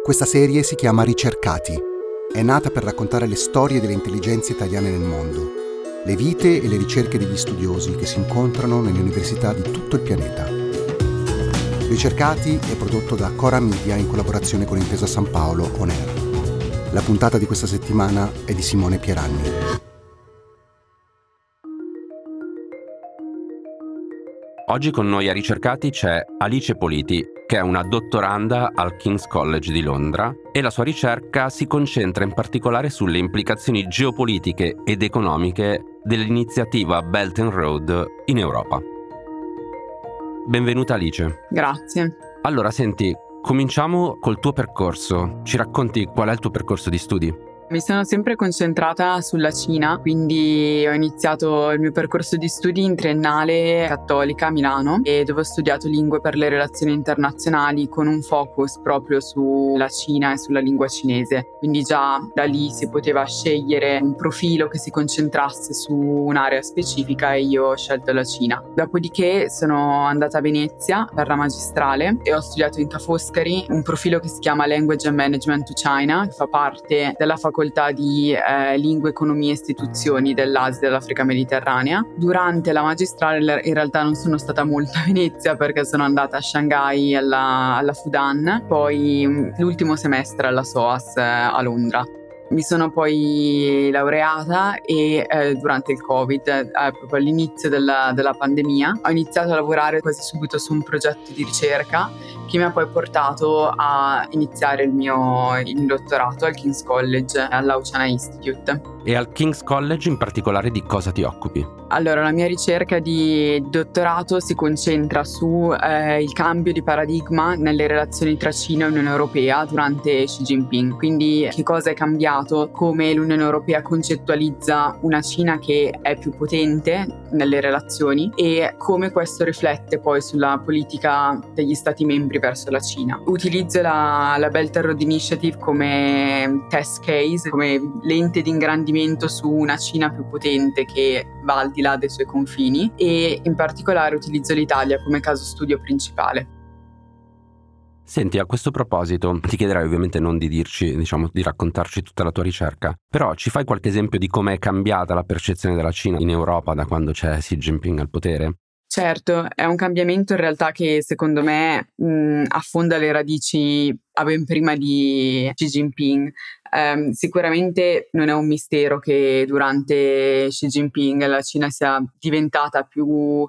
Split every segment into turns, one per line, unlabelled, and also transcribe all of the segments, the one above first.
Questa serie si chiama Ricercati. È nata per raccontare le storie delle intelligenze italiane nel mondo, le vite e le ricerche degli studiosi che si incontrano nelle università di tutto il pianeta. Ricercati è prodotto da Cora Media in collaborazione con Intesa San Paolo On Air. La puntata di questa settimana è di Simone Pieranni.
Oggi con noi a Ricercati c'è Alice Politi, che è una dottoranda al King's College di Londra, e la sua ricerca si concentra in particolare sulle implicazioni geopolitiche ed economiche dell'iniziativa Belt and Road in Europa. Benvenuta Alice.
Grazie.
Allora, senti, cominciamo col tuo percorso. Ci racconti qual è il tuo percorso di studi?
Mi sono sempre concentrata sulla Cina, quindi ho iniziato il mio percorso di studi in triennale cattolica a Milano, e dove ho studiato lingue per le relazioni internazionali con un focus proprio sulla Cina e sulla lingua cinese. Quindi già da lì si poteva scegliere un profilo che si concentrasse su un'area specifica e io ho scelto la Cina. Dopodiché sono andata a Venezia per la magistrale e ho studiato in Ca' Foscari un profilo che si chiama Language and Management to China, che fa parte della facoltà di Lingue, Economia e Istituzioni dell'Asia e dell'Africa Mediterranea. Durante la magistrale in realtà non sono stata molto a Venezia perché sono andata a Shanghai alla Fudan, poi l'ultimo semestre alla SOAS a Londra. Mi sono poi laureata e durante il Covid, proprio all'inizio della pandemia, ho iniziato a lavorare quasi subito su un progetto di ricerca che mi ha poi portato a iniziare il dottorato al King's College, all'Auchana Institute.
E al King's College in particolare di cosa ti occupi?
Allora, la mia ricerca di dottorato si concentra su il cambio di paradigma nelle relazioni tra Cina e Unione Europea durante Xi Jinping. Quindi che cosa è cambiato, come l'Unione Europea concettualizza una Cina che è più potente nelle relazioni e come questo riflette poi sulla politica degli Stati membri verso la Cina. Utilizzo la Belt and Road Initiative come test case, come lente di ingrandimento su una Cina più potente che va al di là dei suoi confini, e in particolare utilizzo l'Italia come caso studio principale.
Senti, a questo proposito, ti chiederai ovviamente non di dirci, di raccontarci tutta la tua ricerca, però ci fai qualche esempio di come è cambiata la percezione della Cina in Europa da quando c'è Xi Jinping al potere?
Certo, è un cambiamento in realtà che secondo me affonda le radici a ben prima di Xi Jinping. Sicuramente non è un mistero che durante Xi Jinping la Cina sia diventata più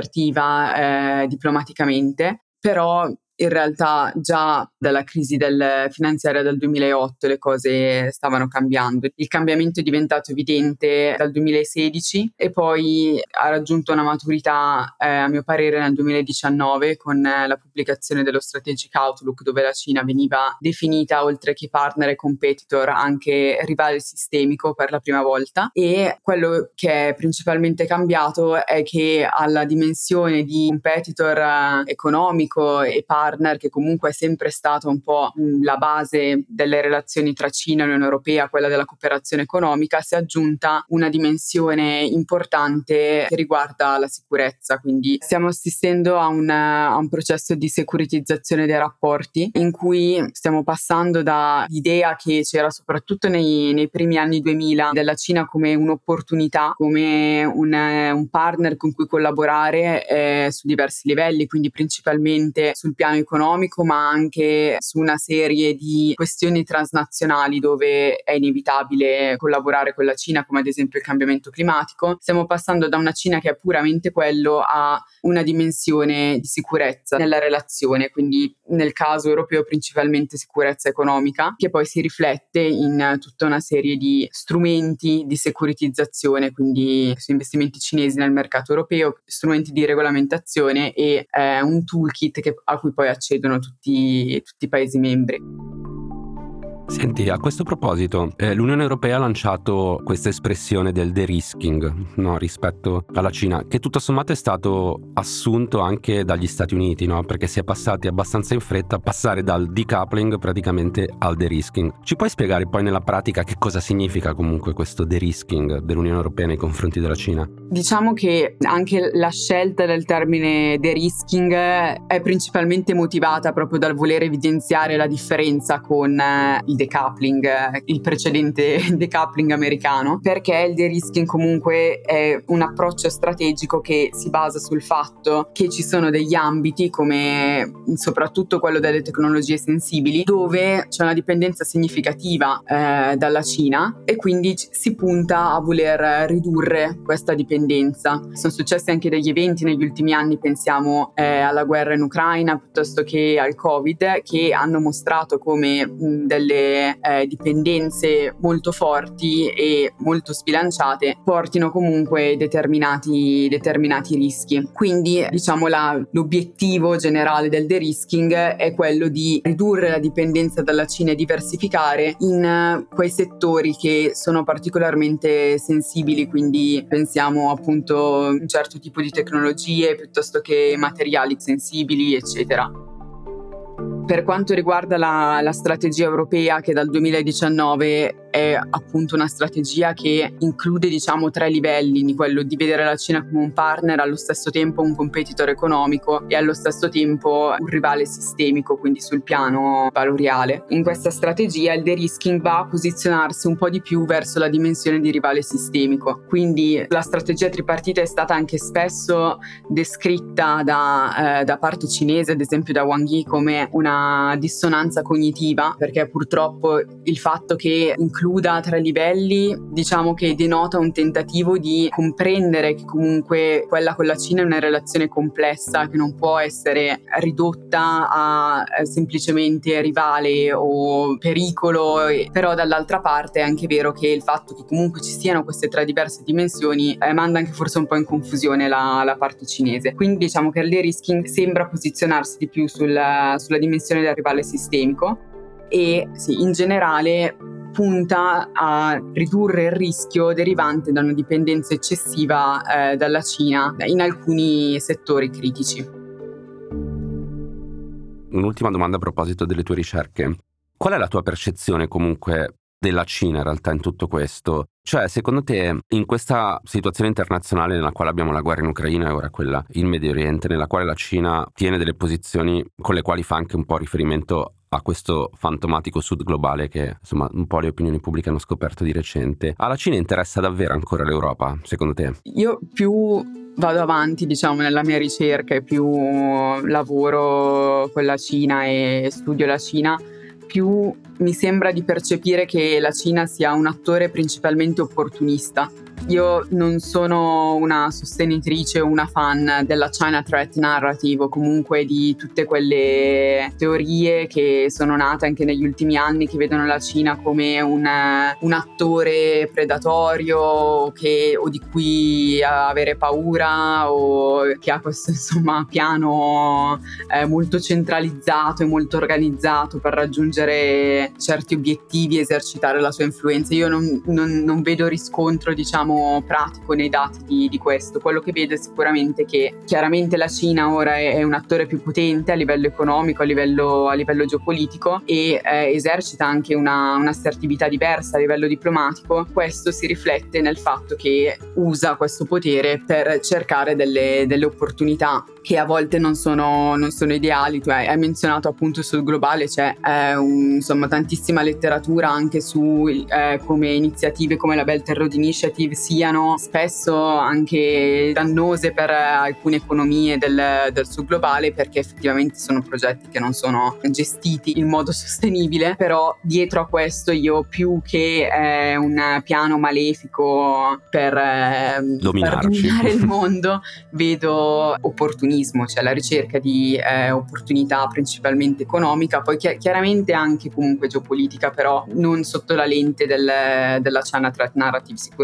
assertiva diplomaticamente, però in realtà già dalla crisi finanziaria del 2008 le cose stavano cambiando. Il cambiamento è diventato evidente dal 2016 e poi ha raggiunto una maturità, a mio parere, nel 2019 con la pubblicazione dello Strategic Outlook, dove la Cina veniva definita, oltre che partner e competitor, anche rivale sistemico per la prima volta. E quello che è principalmente cambiato è che alla dimensione di competitor economico e partner, che comunque è sempre stata un po' la base delle relazioni tra Cina e Unione Europea, quella della cooperazione economica, si è aggiunta una dimensione importante che riguarda la sicurezza. Quindi stiamo assistendo a un processo di securitizzazione dei rapporti, in cui stiamo passando dall'idea che c'era soprattutto nei primi anni 2000 della Cina come un'opportunità, come un partner con cui collaborare su diversi livelli, quindi principalmente sul piano economico, ma anche su una serie di questioni transnazionali dove è inevitabile collaborare con la Cina, come ad esempio il cambiamento climatico. Stiamo passando da una Cina che è puramente quello a una dimensione di sicurezza nella relazione, quindi nel caso europeo principalmente sicurezza economica, che poi si riflette in tutta una serie di strumenti di securitizzazione, quindi su investimenti cinesi nel mercato europeo, strumenti di regolamentazione e un toolkit a cui poi accedono tutti i Paesi membri.
Senti, a questo proposito, l'Unione Europea ha lanciato questa espressione del de-risking, no, rispetto alla Cina, che tutto sommato è stato assunto anche dagli Stati Uniti, no? Perché si è passati abbastanza in fretta a passare dal decoupling praticamente al de-risking. Ci puoi spiegare poi nella pratica che cosa significa comunque questo de-risking dell'Unione Europea nei confronti della Cina?
Diciamo che anche la scelta del termine de-risking è principalmente motivata proprio dal voler evidenziare la differenza con il decoupling, il precedente decoupling americano, perché il de-risking comunque è un approccio strategico che si basa sul fatto che ci sono degli ambiti, come soprattutto quello delle tecnologie sensibili, dove c'è una dipendenza significativa dalla Cina, e quindi si punta a voler ridurre questa dipendenza. Sono successi anche degli eventi negli ultimi anni, pensiamo alla guerra in Ucraina piuttosto che al Covid, che hanno mostrato come delle dipendenze molto forti e molto sbilanciate portino comunque determinati rischi. Quindi diciamo l'obiettivo generale del de-risking è quello di ridurre la dipendenza dalla Cina e diversificare in quei settori che sono particolarmente sensibili, quindi pensiamo appunto un certo tipo di tecnologie piuttosto che materiali sensibili, eccetera. Per quanto riguarda la strategia europea, che dal 2019 è appunto una strategia che include diciamo 3 livelli, di quello di vedere la Cina come un partner, allo stesso tempo un competitor economico e allo stesso tempo un rivale sistemico, quindi sul piano valoriale. In questa strategia il de-risking va a posizionarsi un po' di più verso la dimensione di rivale sistemico, quindi la strategia tripartita è stata anche spesso descritta da parte cinese, ad esempio da Wang Yi, come una dissonanza cognitiva, perché purtroppo il fatto che includa 3 livelli diciamo che denota un tentativo di comprendere che comunque quella con la Cina è una relazione complessa che non può essere ridotta a semplicemente rivale o pericolo, però dall'altra parte è anche vero che il fatto che comunque ci siano queste 3 diverse dimensioni manda anche forse un po' in confusione la parte cinese. Quindi diciamo che il de-risking sembra posizionarsi di più sulla dimensione del rivale sistemico e sì, in generale punta a ridurre il rischio derivante da una dipendenza eccessiva dalla Cina in alcuni settori critici.
Un'ultima domanda a proposito delle tue ricerche. Qual è la tua percezione comunque della Cina in realtà in tutto questo? Cioè, secondo te, in questa situazione internazionale nella quale abbiamo la guerra in Ucraina e ora quella in Medio Oriente, nella quale la Cina tiene delle posizioni con le quali fa anche un po' riferimento a questo fantomatico sud globale che insomma un po' le opinioni pubbliche hanno scoperto di recente, alla Cina interessa davvero ancora l'Europa, secondo te?
Io più vado avanti, diciamo, nella mia ricerca e più lavoro con la Cina e studio la Cina, più mi sembra di percepire che la Cina sia un attore principalmente opportunista. Io non sono una sostenitrice o una fan della China Threat Narrative o comunque di tutte quelle teorie che sono nate anche negli ultimi anni, che vedono la Cina come un attore predatorio o di cui avere paura, o che ha questo insomma piano molto centralizzato e molto organizzato per raggiungere certi obiettivi e esercitare la sua influenza. Io non vedo riscontro, diciamo, pratico nei dati di questo. Quello che vedo è sicuramente che chiaramente la Cina ora è un attore più potente a livello economico, a livello geopolitico, e esercita anche un'assertività diversa a livello diplomatico. Questo si riflette nel fatto che usa questo potere per cercare delle opportunità che a volte non sono ideali. Tu hai menzionato appunto sul globale, c'è insomma tantissima letteratura anche su come iniziative come la Belt and Road Initiative siano spesso anche dannose per alcune economie del sud globale, perché effettivamente sono progetti che non sono gestiti in modo sostenibile. Però dietro a questo io, più che un piano malefico per dominare il mondo, vedo opportunismo, cioè la ricerca di opportunità principalmente economica, poi chiaramente anche comunque geopolitica, però non sotto la lente della China Threat Narrative sicuramente. In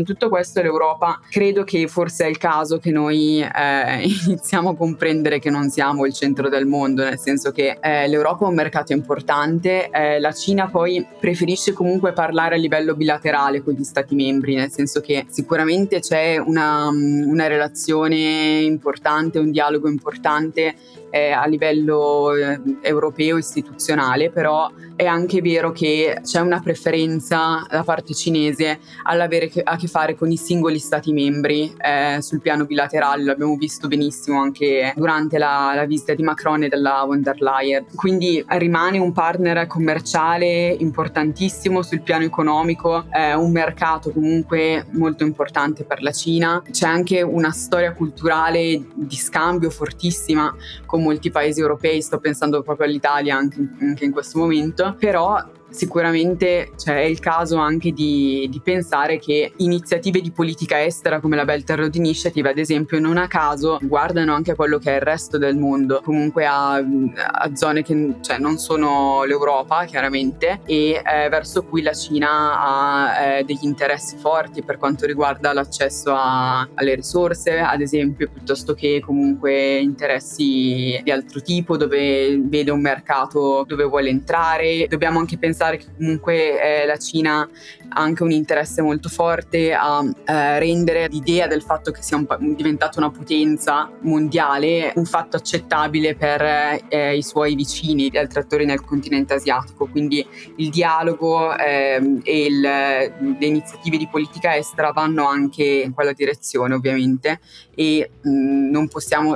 tutto questo l'Europa, credo che forse è il caso che noi iniziamo a comprendere che non siamo il centro del mondo, nel senso che l'Europa è un mercato importante, la Cina poi preferisce comunque parlare a livello bilaterale con gli stati membri, nel senso che sicuramente c'è una relazione importante, un dialogo importante a livello europeo istituzionale, però è anche vero che c'è una preferenza da parte cinese all'avere a che fare con i singoli stati membri sul piano bilaterale. L'abbiamo visto benissimo anche durante la visita di Macron e della von der Leyen. Quindi rimane un partner commerciale importantissimo sul piano economico, un mercato comunque molto importante per la Cina. C'è anche una storia culturale di scambio fortissima con molti paesi europei, sto pensando proprio all'Italia anche in questo momento, però sicuramente è il caso anche di pensare che iniziative di politica estera come la Belt and Road Initiative, ad esempio, non a caso guardano anche a quello che è il resto del mondo, comunque a zone che non sono l'Europa chiaramente, e verso cui la Cina ha degli interessi forti per quanto riguarda l'accesso alle risorse, ad esempio, piuttosto che comunque interessi di altro tipo, dove vede un mercato dove vuole entrare. Dobbiamo anche pensare che comunque la Cina ha anche un interesse molto forte a rendere l'idea del fatto che sia diventata una potenza mondiale un fatto accettabile per i suoi vicini, gli altri attori nel continente asiatico. Quindi il dialogo e le iniziative di politica estera vanno anche in quella direzione, ovviamente, e non possiamo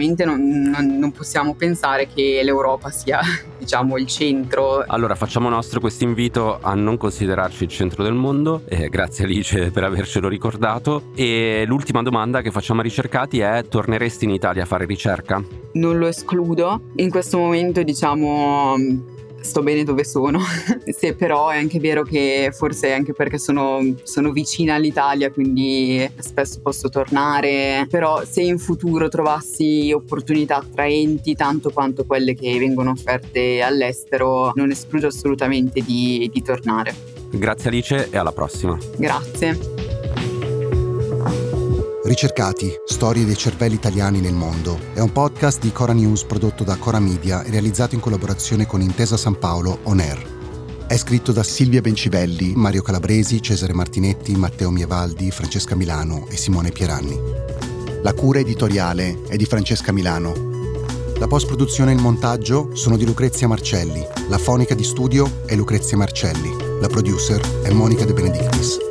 pensare che l'Europa sia il centro.
Allora facciamo nostro questo invito a non considerarci il centro del mondo, grazie Alice per avercelo ricordato. E l'ultima domanda che facciamo a Ricercati è: torneresti in Italia a fare ricerca?
Non lo escludo, in questo momento sto bene dove sono. Sì, però è anche vero che forse anche perché sono vicina all'Italia, quindi spesso posso tornare, però se in futuro trovassi opportunità attraenti tanto quanto quelle che vengono offerte all'estero, non escludo assolutamente di tornare.
Grazie Alice e alla prossima.
Grazie.
Ricercati, storie dei cervelli italiani nel mondo è un podcast di Cora News prodotto da Cora Media e realizzato in collaborazione con Intesa San Paolo On Air. È scritto da Silvia Bencivelli, Mario Calabresi, Cesare Martinetti, Matteo Mievaldi, Francesca Milano e Simone Pieranni. La cura editoriale è di Francesca Milano. La post-produzione e il montaggio sono di Lucrezia Marcelli. La fonica di studio è Lucrezia Marcelli. La producer è Monica De Benedictis.